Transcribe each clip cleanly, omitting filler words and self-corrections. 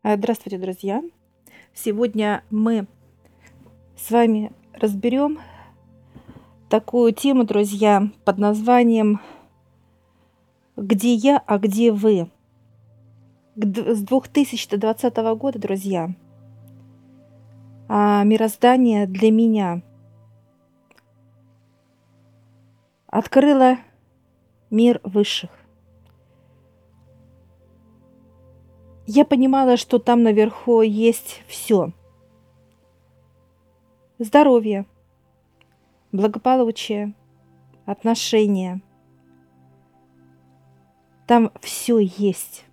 Здравствуйте, друзья! Сегодня мы с вами разберем такую тему, друзья, под названием «Где я, а где вы?». С 2020 года, друзья, мироздание для меня открыло мир высших. Я понимала, что там наверху есть все: здоровье, благополучие, отношения. Там все есть.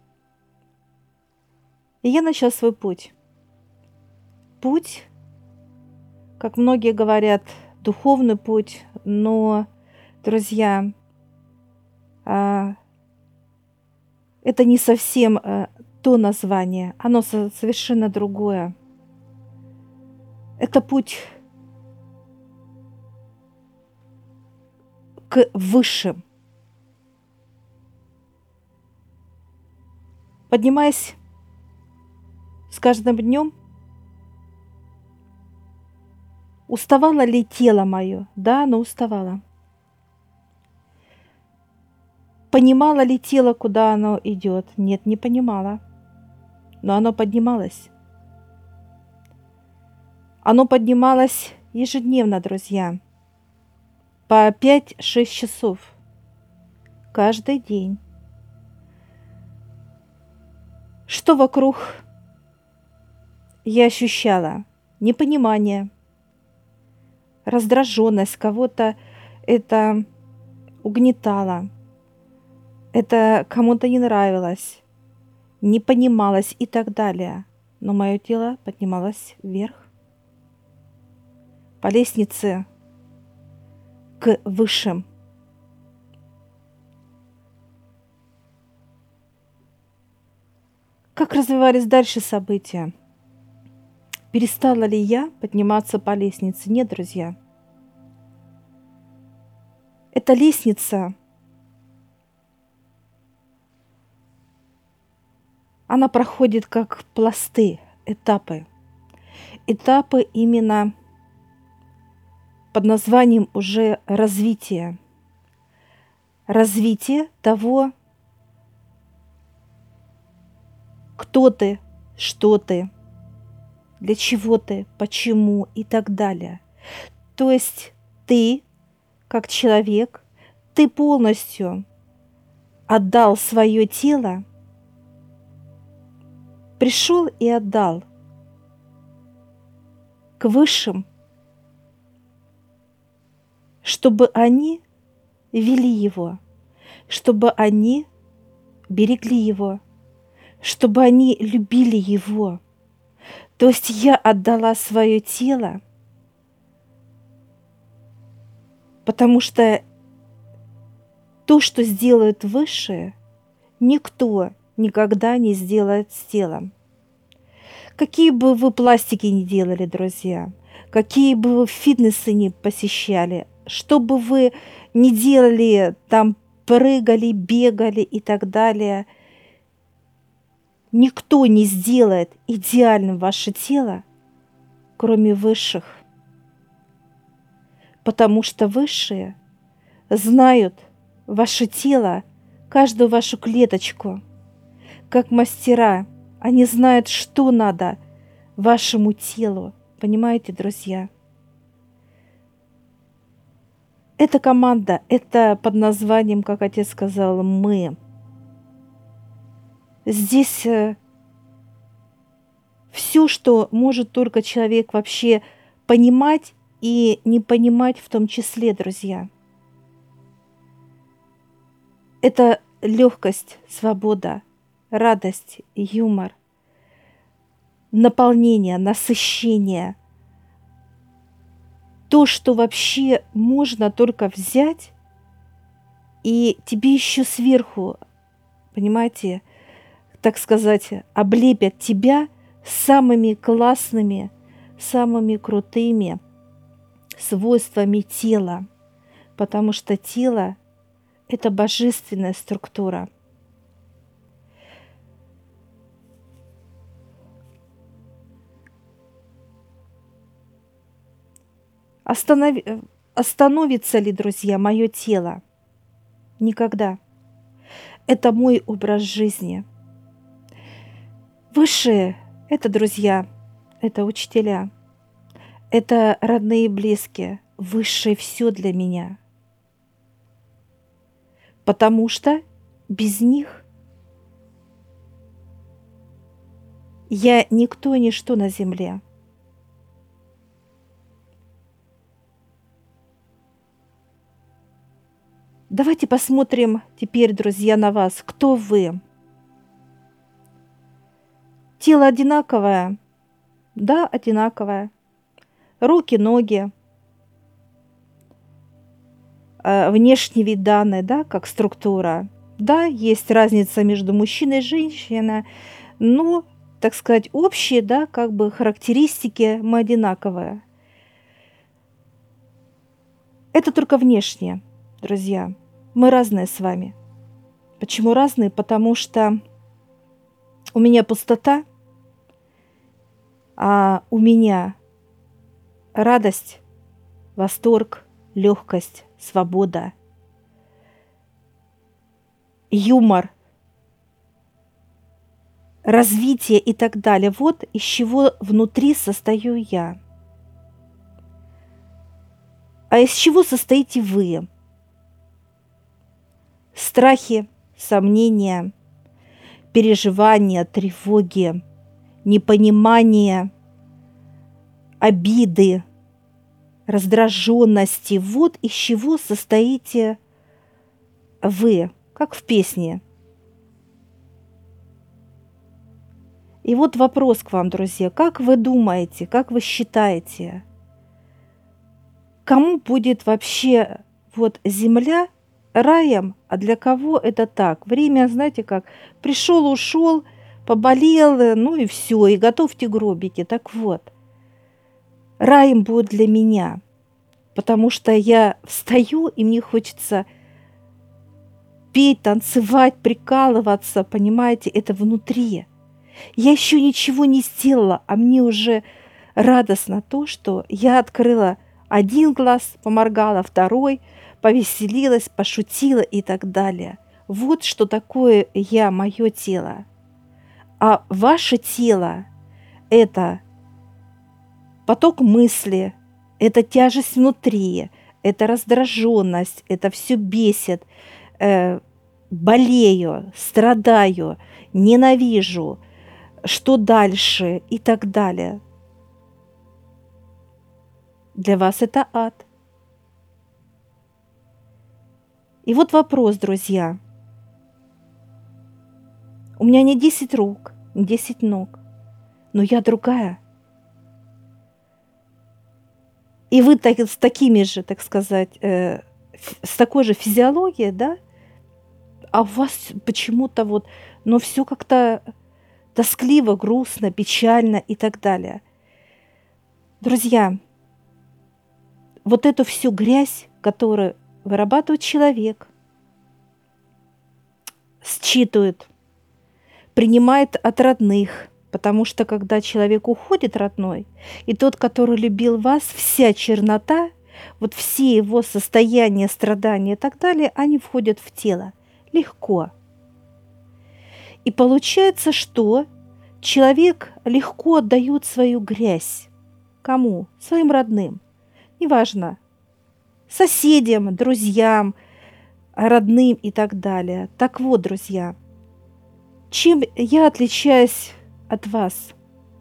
И я начала свой путь. Путь, как многие говорят, духовный путь, но, друзья, это не совсем то название, оно совершенно другое. Это путь к высшим. Поднимаясь с каждым днем, уставало ли тело мое? Да, оно уставало. Понимало ли тело, куда оно идет? Нет, не понимало. Но оно поднималось. Оно поднималось ежедневно, друзья, по 5-6 часов каждый день. Что вокруг я ощущала? Непонимание, раздраженность, кого-то это угнетало, это кому-то не нравилось, не понималось и так далее. Но мое тело поднималось вверх, по лестнице к высшим. Как развивались дальше события? Перестала ли я подниматься по лестнице? Нет, друзья. Эта лестница, она проходит как пласты, этапы. Этапы именно под названием уже развитие. Развитие того, кто ты, что ты, для чего ты, почему и так далее. То есть ты, как человек, ты полностью отдал свое тело, пришел и отдал к высшим, чтобы они вели его, чтобы они берегли его, чтобы они любили его. То есть я отдала свое тело, потому что то, что сделают высшие, никто никогда не сделает с телом. Какие бы вы пластики ни делали, друзья, какие бы вы фитнесы ни посещали, что бы вы ни делали, там прыгали, бегали и так далее, никто не сделает идеальным ваше тело, кроме высших. Потому что высшие знают ваше тело, каждую вашу клеточку, как мастера. Они знают, что надо вашему телу. Понимаете, друзья? Эта команда, это под названием, как отец сказал, мы. Здесь все, что может только человек вообще понимать и не понимать в том числе, друзья. Это легкость, свобода, радость, юмор, наполнение, насыщение. То, что вообще можно только взять, и тебе еще сверху, понимаете, так сказать, облепят тебя самыми классными, самыми крутыми свойствами тела, потому что тело – это божественная структура. Останов- Остановится ли, друзья, мое тело? Никогда. Это мой образ жизни. Высшие– это друзья, это учителя, это родные и близкие. Высшее все для меня. Потому что без них я никто и ничто на земле. Давайте посмотрим теперь, друзья, на вас. Кто вы? Тело одинаковое? Да, одинаковое. Руки, ноги, внешний вид данный, да, как структура. Да, есть разница между мужчиной и женщиной, но, так сказать, общие, да, как бы характеристики мы одинаковые. Это только внешне, друзья. Мы разные с вами. Почему разные? Потому что у меня пустота, а у меня радость, восторг, легкость, свобода, юмор, развитие и так далее. Вот из чего внутри состою я. А из чего состоите вы? Страхи, сомнения, переживания, тревоги, непонимание, обиды, раздраженности. Вот из чего состоите вы, как в песне. И вот вопрос к вам, друзья. Как вы думаете, как вы считаете, кому будет вообще вот земля раем, а для кого это так? Время, знаете как, пришел, ушел, поболел, ну и все, и готовьте гробики. Так вот, раем будет для меня, потому что я встаю, и мне хочется петь, танцевать, прикалываться, понимаете, это внутри. Я еще ничего не сделала, а мне уже радостно то, что я открыла один глаз, поморгала, второй, повеселилась, пошутила и так далее. Вот что такое я, мое тело. А ваше тело– это поток мысли, это тяжесть внутри, это раздраженность, это все бесит, болею, страдаю, ненавижу, что дальше и так далее. Для вас это ад. И вот вопрос, друзья. У меня не 10 рук, не 10 ног, но я другая. И вы с такими же, так сказать, с такой же физиологией, да? А у вас почему-то вот, но все как-то тоскливо, грустно, печально и так далее. Друзья, вот эту всю грязь, которую вырабатывает человек, считывает, принимает от родных, потому что когда человек уходит родной, и тот, который любил вас, вся чернота, вот все его состояния, страдания и так далее, они входят в тело легко. И получается, что человек легко отдает свою грязь. Кому? Своим родным. Неважно. Соседям, друзьям, родным и так далее. Так вот, друзья, чем я отличаюсь от вас?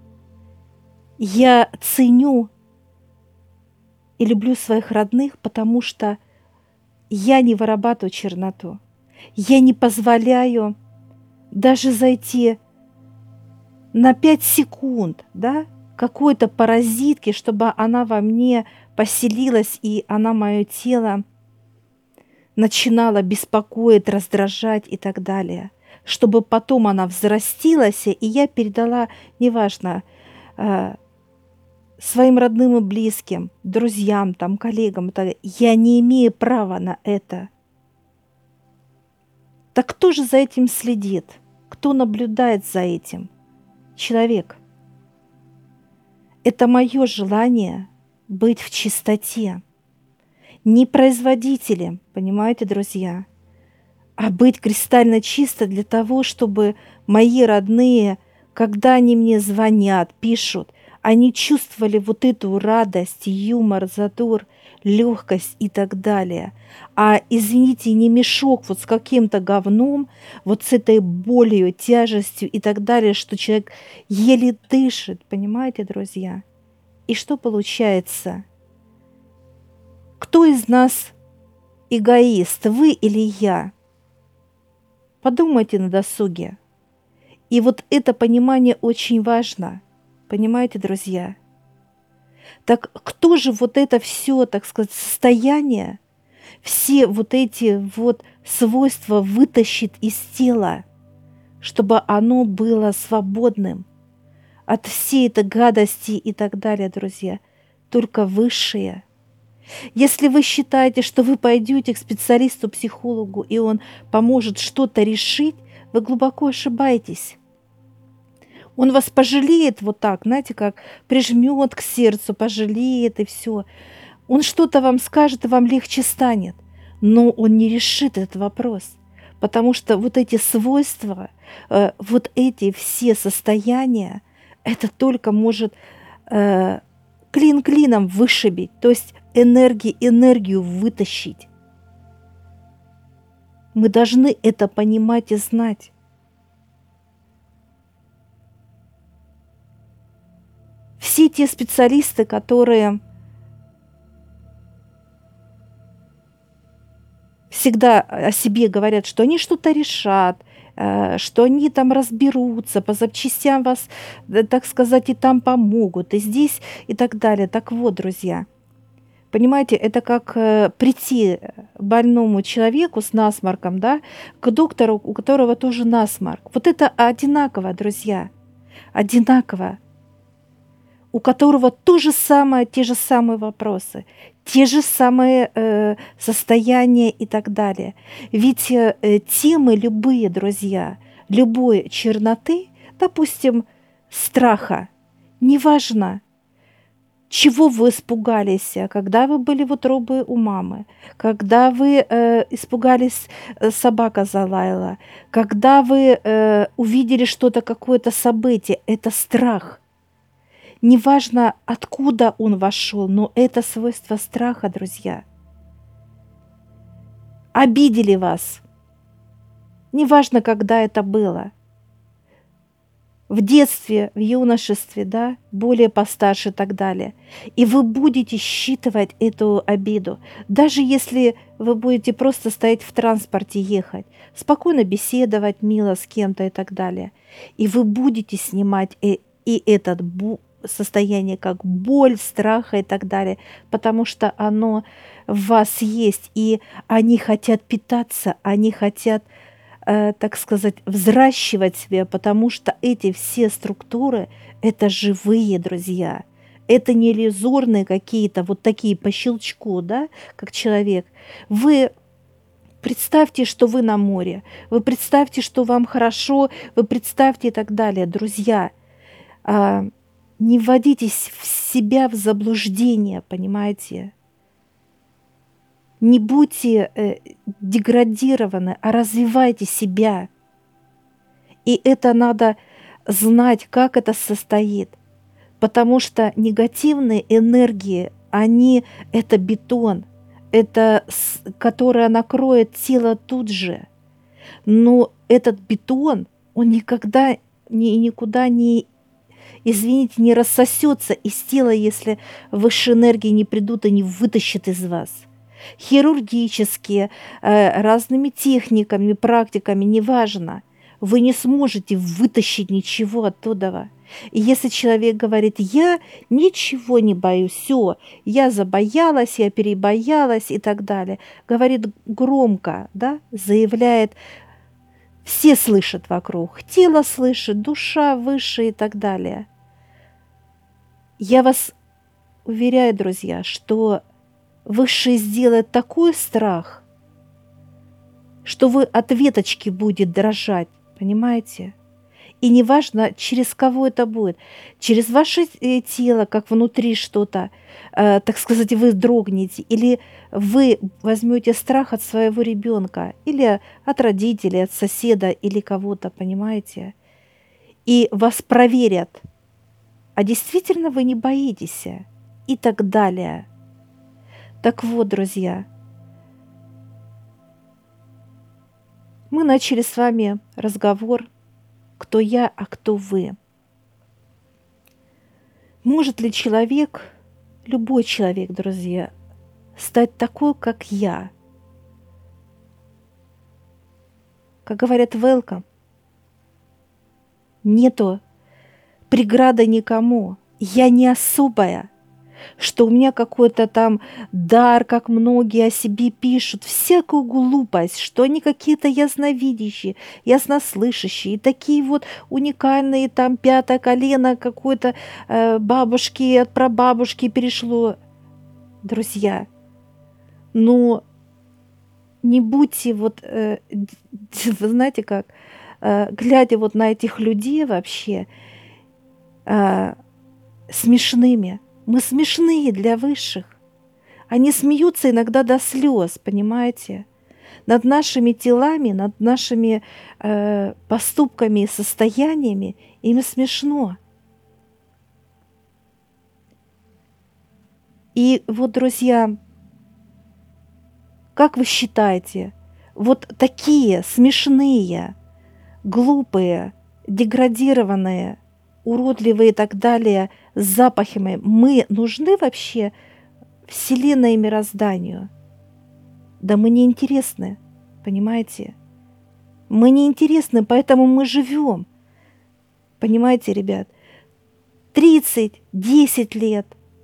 Я ценю и люблю своих родных, потому что я не вырабатываю черноту. Я не позволяю даже зайти на 5 секунд, да, какой-то паразитки, чтобы она во мне поселилась, и она мое тело начинала беспокоить, раздражать и так далее. Чтобы потом она взрастилась, и я передала, неважно, своим родным и близким, друзьям, там, коллегам и так далее. Я не имею права на это. Так кто же за этим следит? Кто наблюдает за этим? Человек. Это мое желание быть в чистоте, не производителем, понимаете, друзья, а быть кристально чисто для того, чтобы мои родные, когда они мне звонят, пишут, они чувствовали вот эту радость, юмор, задор, легкость и так далее. А, извините, не мешок вот с каким-то говном, вот с этой болью, тяжестью и так далее, что человек еле дышит, понимаете, друзья? И что получается? Кто из нас эгоист, вы или я? Подумайте на досуге. И вот это понимание очень важно. Понимаете, друзья? Так кто же вот это все, так сказать, состояние, все вот эти вот свойства вытащит из тела, чтобы оно было свободным от всей этой гадости и так далее, друзья? Только высшее. Если вы считаете, что вы пойдете к специалисту, психологу, и он поможет что-то решить, вы глубоко ошибаетесь. Он вас пожалеет вот так, знаете, как прижмет к сердцу, пожалеет и все. Он что-то вам скажет, и вам легче станет. Но он не решит этот вопрос, потому что вот эти свойства, вот эти все состояния, это только может клин клином вышибить, то есть энергию вытащить. Мы должны это понимать и знать. Все те специалисты, которые всегда о себе говорят, что они что-то решат, что они там разберутся, по запчастям вас, так сказать, и там помогут, и здесь, и так далее. Так вот, друзья, понимаете, это как прийти больному человеку с насморком, да, к доктору, у которого тоже насморк. Вот это одинаково, друзья, одинаково. У которого то же самое, те же самые вопросы, те же самые состояния и так далее. Ведь темы любые, друзья, любой черноты, допустим, страха, неважно, чего вы испугались, когда вы были в утробе у мамы, когда вы испугались, собака залаяла, когда вы увидели что-то, какое-то событие, это страх. Неважно, откуда он вошел, но это свойство страха, друзья. Обидели вас. Неважно, когда это было. В детстве, в юношестве, да, более постарше и так далее. И вы будете считывать эту обиду. Даже если вы будете просто стоять в транспорте, ехать, спокойно беседовать мило с кем-то и так далее. И вы будете снимать и этот состояние как боль, страха и так далее, потому что оно в вас есть, и они хотят питаться, они хотят, так сказать, взращивать себя, потому что эти все структуры – это живые, друзья. Это не иллюзорные какие-то вот такие по щелчку, да, как человек. Вы представьте, что вы на море, вы представьте, что вам хорошо, вы представьте и так далее, друзья. Не вводитесь в себя в заблуждение, понимаете? Не будьте деградированы, а развивайте себя. И это надо знать, как это состоит. Потому что негативные энергии, они – это бетон, это, которое накроет тело тут же. Но этот бетон, он никогда никуда не, извините, не рассосется из тела, если высшие энергии не придут и не вытащат из вас. Хирургически, разными техниками, практиками, неважно, вы не сможете вытащить ничего оттуда. И если человек говорит, я ничего не боюсь, все, я забоялась, я перебоялась и так далее, говорит громко, да, заявляет, все слышат вокруг, тело слышит, душа выше и так далее. Я вас уверяю, друзья, что Высший сделает такой страх, что вы от веточки будет дрожать, понимаете? И неважно, через кого это будет, через ваше тело, как внутри что-то, так сказать, вы дрогнете, или вы возьмете страх от своего ребенка, или от родителей, от соседа, или кого-то, понимаете? И вас проверят, а действительно вы не боитесь, и так далее. Так вот, друзья, мы начали с вами разговор, кто я, а кто вы. Может ли человек, любой человек, друзья, стать такой, как я? Как говорят, welcome. Нету преграды никому. Я не особая, что у меня какой-то там дар, как многие о себе пишут, всякую глупость, что они какие-то ясновидящие, яснослышащие, и такие вот уникальные, там пятое колено какой-то бабушки от прабабушки перешло. Друзья, ну не будьте вот, вы знаете как, глядя вот на этих людей вообще, смешными. Мы смешные для высших. Они смеются иногда до слез, понимаете? Над нашими телами, над нашими поступками и состояниями им смешно. И вот, друзья, как вы считаете, вот такие смешные, глупые, деградированные, уродливые и так далее, с запахами, мы нужны вообще Вселенной и мирозданию? Да мы не интересны, понимаете? Мы не интересны, поэтому мы живем. Понимаете, ребят? 30, 10 лет,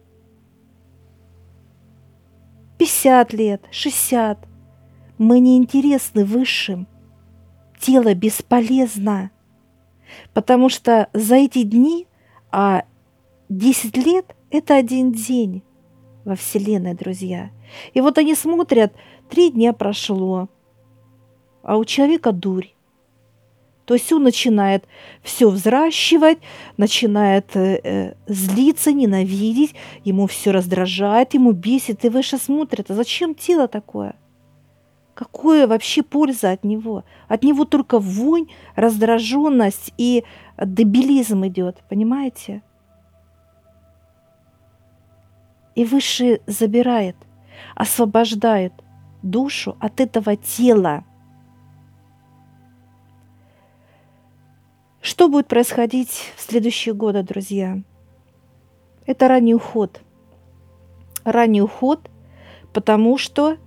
50 лет, 60. Мы не интересны высшим. Тело бесполезно. Потому что за эти дни, 10 лет – это один день во Вселенной, друзья. И вот они смотрят, 3 дня прошло, а у человека дурь. То есть он начинает все взращивать, начинает злиться, ненавидеть, ему все раздражает, ему бесит, и выше смотрят. А зачем тело такое? Какая вообще польза от него? От него только вонь, раздраженность и дебилизм идет, понимаете? И Высший забирает, освобождает душу от этого тела. Что будет происходить в следующие годы, друзья? Это ранний уход. Ранний уход, потому что,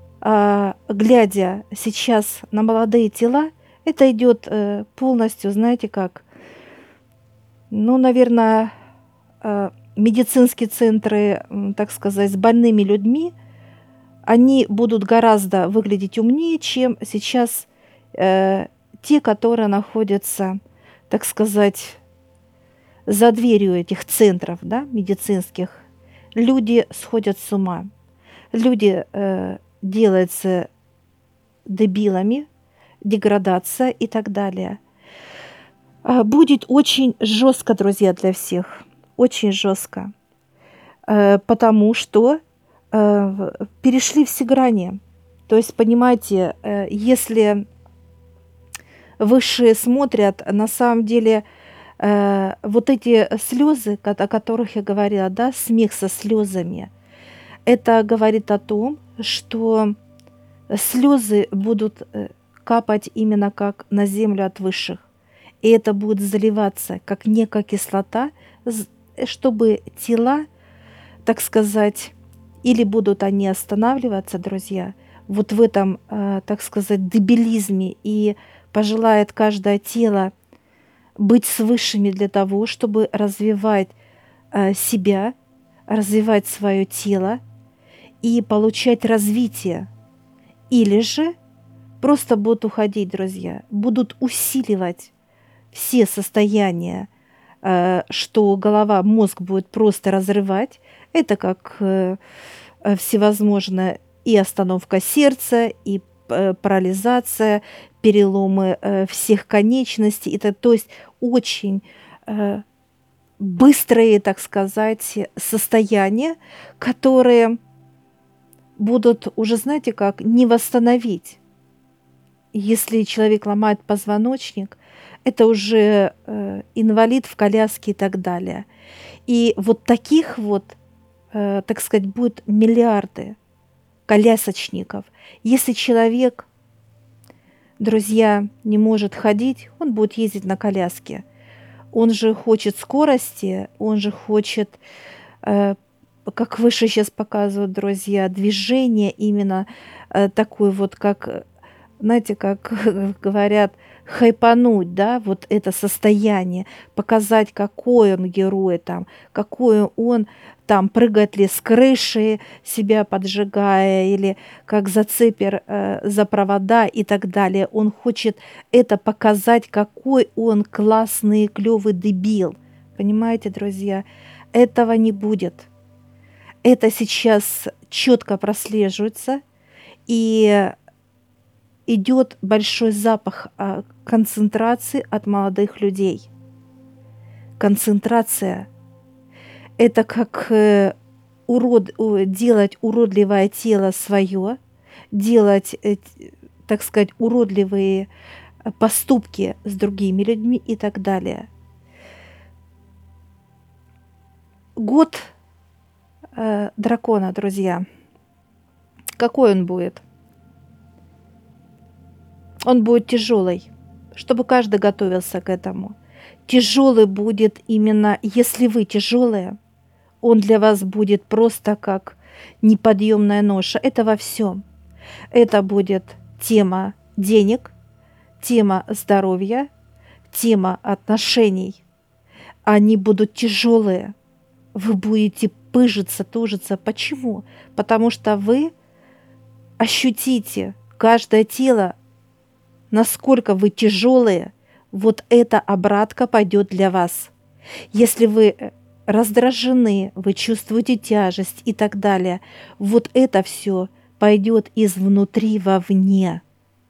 глядя сейчас на молодые тела, это идет полностью, знаете как, ну, наверное, медицинские центры, так сказать, с больными людьми, они будут гораздо выглядеть умнее, чем сейчас те, которые находятся, так сказать, за дверью этих центров, да, медицинских. Люди сходят с ума. Люди делаются дебилами, деградация и так далее. Будет очень жестко, друзья, для всех. Очень жестко. Потому что перешли все грани. То есть, понимаете, если высшие смотрят, на самом деле, вот эти слезы, о которых я говорила, да, смех со слезами, это говорит о том, что слезы будут капать именно как на землю от высших. И это будет заливаться как некая кислота, чтобы тела, так сказать, или будут они останавливаться, друзья, вот в этом, так сказать, дебилизме, и пожелает каждое тело быть с высшими для того, чтобы развивать себя, развивать свое тело и получать развитие. Или же просто будут уходить, друзья, будут усиливать все состояния, что голова, мозг будет просто разрывать. Это как всевозможно и остановка сердца, и парализация, переломы всех конечностей. Это, то есть очень быстрые, так сказать, состояния, которые будут уже, знаете как, не восстановить. Если человек ломает позвоночник, это уже инвалид в коляске и так далее. И вот таких вот, так сказать, будет миллиарды колясочников. Если человек, друзья, не может ходить, он будет ездить на коляске. Он же хочет скорости, он же хочет, как выше сейчас показывают, друзья, движение именно такое вот, как, знаете, как говорят, хайпануть, да, вот это состояние, показать, какой он герой там, какой он там, прыгает ли с крыши, себя поджигая, или как зацепер за провода и так далее. Он хочет это показать, какой он классный, клевый дебил. Понимаете, друзья? Этого не будет. Это сейчас четко прослеживается, и идет большой запах концентрации от молодых людей. Концентрация – это как делать уродливое тело свое, делать, так сказать, уродливые поступки с другими людьми и так далее. Год дракона, друзья. Какой он будет? Он будет тяжелый, чтобы каждый готовился к этому. Тяжелый будет именно, если вы тяжелые, он для вас будет просто как неподъемная ноша. Это во всем. Это будет тема денег, тема здоровья, тема отношений. Они будут тяжелые. Вы будете пыжиться, тужиться. Почему? Потому что вы ощутите каждое тело, насколько вы тяжелые, вот эта обратка пойдет для вас. Если вы раздражены, вы чувствуете тяжесть и так далее, вот это все пойдет изнутри вовне.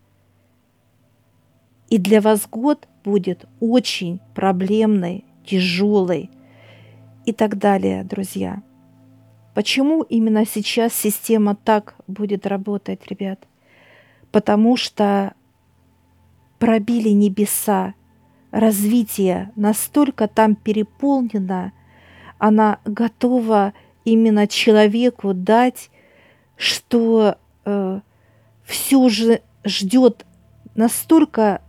И для вас год будет очень проблемный, тяжелый и так далее, друзья. Почему именно сейчас система так будет работать, ребят? Потому что пробили небеса, развитие настолько там переполнено, она готова именно человеку дать, что все же ждет настолько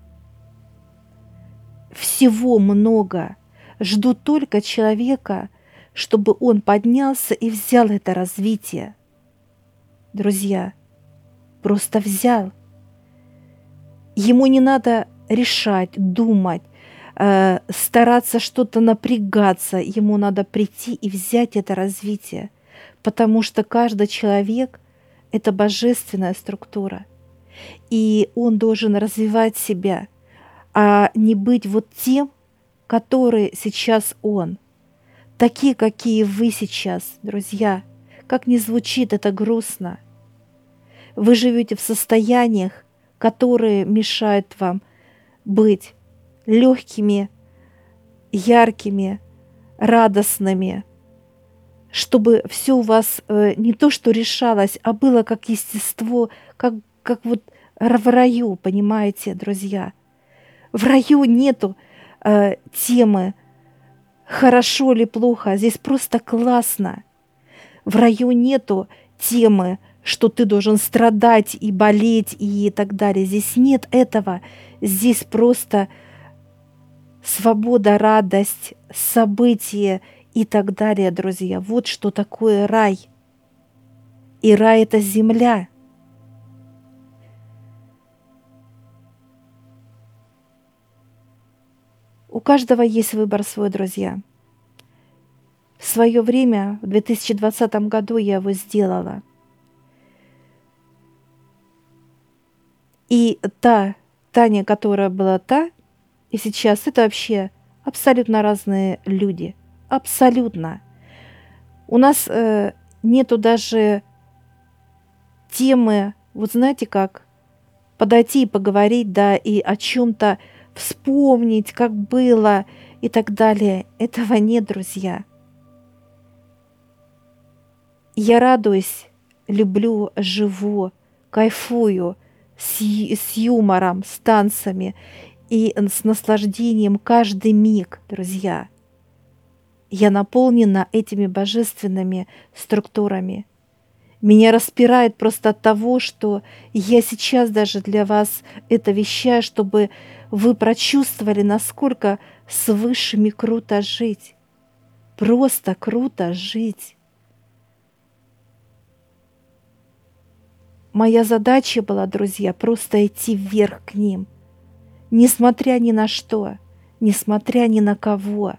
всего много, ждут только человека, чтобы он поднялся и взял это развитие. Друзья, просто взял. Ему не надо решать, думать, стараться что-то напрягаться. Ему надо прийти и взять это развитие, потому что каждый человек – это божественная структура, и он должен развивать себя, а не быть вот тем, который сейчас он. Такие, какие вы сейчас, друзья. Как ни звучит, это грустно. Вы живете в состояниях, которые мешают вам быть легкими, яркими, радостными, чтобы все у вас не то что решалось, а было как естество, как вот в раю, понимаете, друзья. В раю нету темы хорошо или плохо, здесь просто классно. В раю нету темы, что ты должен страдать и болеть и так далее. Здесь нет этого. Здесь просто свобода, радость, события и так далее, друзья. Вот что такое рай. И рай – это земля. У каждого есть выбор свой, друзья. В свое время, в 2020 году, я его сделала. И та Таня, которая была и сейчас, это вообще абсолютно разные люди. Абсолютно. У нас нету даже темы, вот знаете как, подойти и поговорить, да, и о чем-то вспомнить, как было и так далее. Этого нет, друзья. Я радуюсь, люблю, живу, кайфую с юмором, с танцами и с наслаждением каждый миг, друзья. Я наполнена этими божественными структурами. Меня распирает просто от того, что я сейчас даже для вас это вещаю, чтобы вы прочувствовали, насколько с высшими круто жить. Просто круто жить. Моя задача была, друзья, просто идти вверх к ним, несмотря ни на что, несмотря ни на кого.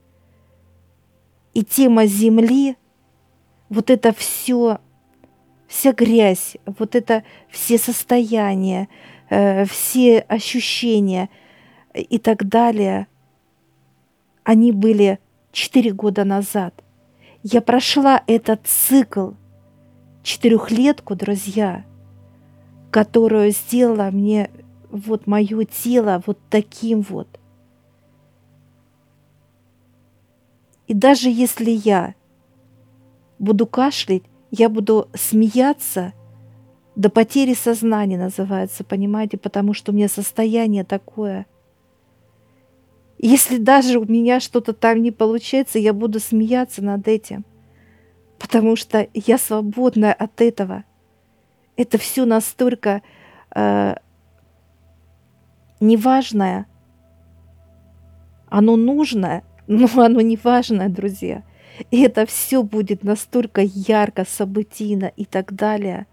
И тема Земли, вот это все, вся грязь, вот это все состояния, все ощущения и так далее, они были 4 года назад. Я прошла этот цикл, 4-летку, друзья, которую сделала мне вот мое тело вот таким вот. И даже если я буду кашлять, я буду смеяться до потери сознания, называется, понимаете, потому что у меня состояние такое. Если даже у меня что-то там не получается, я буду смеяться над этим, потому что я свободна от этого. Это все настолько неважное. Оно нужное, но оно неважное, друзья. И это все будет настолько ярко, событийно и так далее.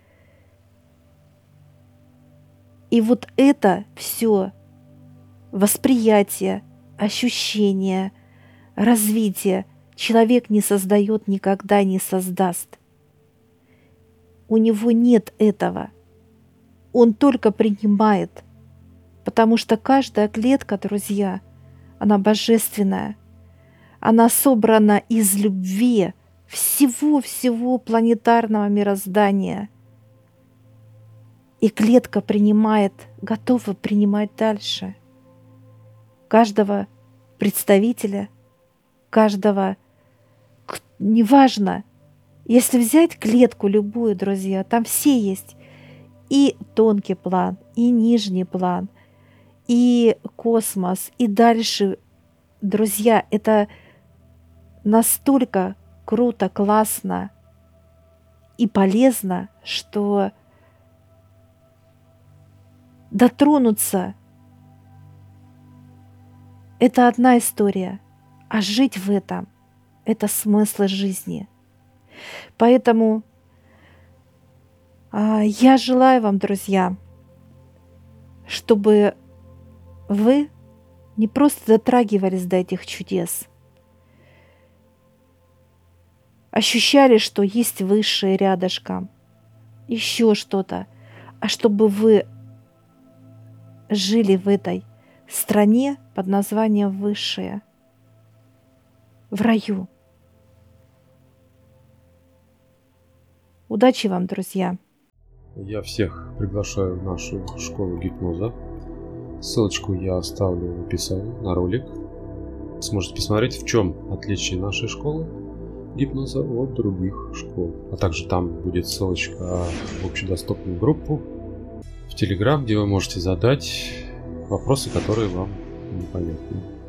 И вот это все восприятие, ощущение, развитие человек не создает никогда, не создаст. У него нет этого. Он только принимает. Потому что каждая клетка, друзья, она божественная. Она собрана из любви всего планетарного мироздания. И клетка принимает, готова принимать дальше. Каждого представителя, каждого, неважно, если взять клетку любую, друзья, там все есть. И тонкий план, и нижний план, и космос, и дальше. Друзья, это настолько круто, классно и полезно, что дотронуться – это одна история, а жить в этом – это смысл жизни. Поэтому я желаю вам, друзья, чтобы вы не просто дотрагивались до этих чудес, ощущали, что есть высшее рядышком, еще что-то, а чтобы вы жили в этой стране под названием Высшее, в раю. Удачи вам, друзья! Я всех приглашаю в нашу школу гипноза. Ссылочку я оставлю в описании на ролик. Сможете посмотреть, в чем отличие нашей школы гипноза от других школ. А также там будет ссылочка в общедоступную группу в Telegram, где вы можете задать вопросы, которые вам непонятны.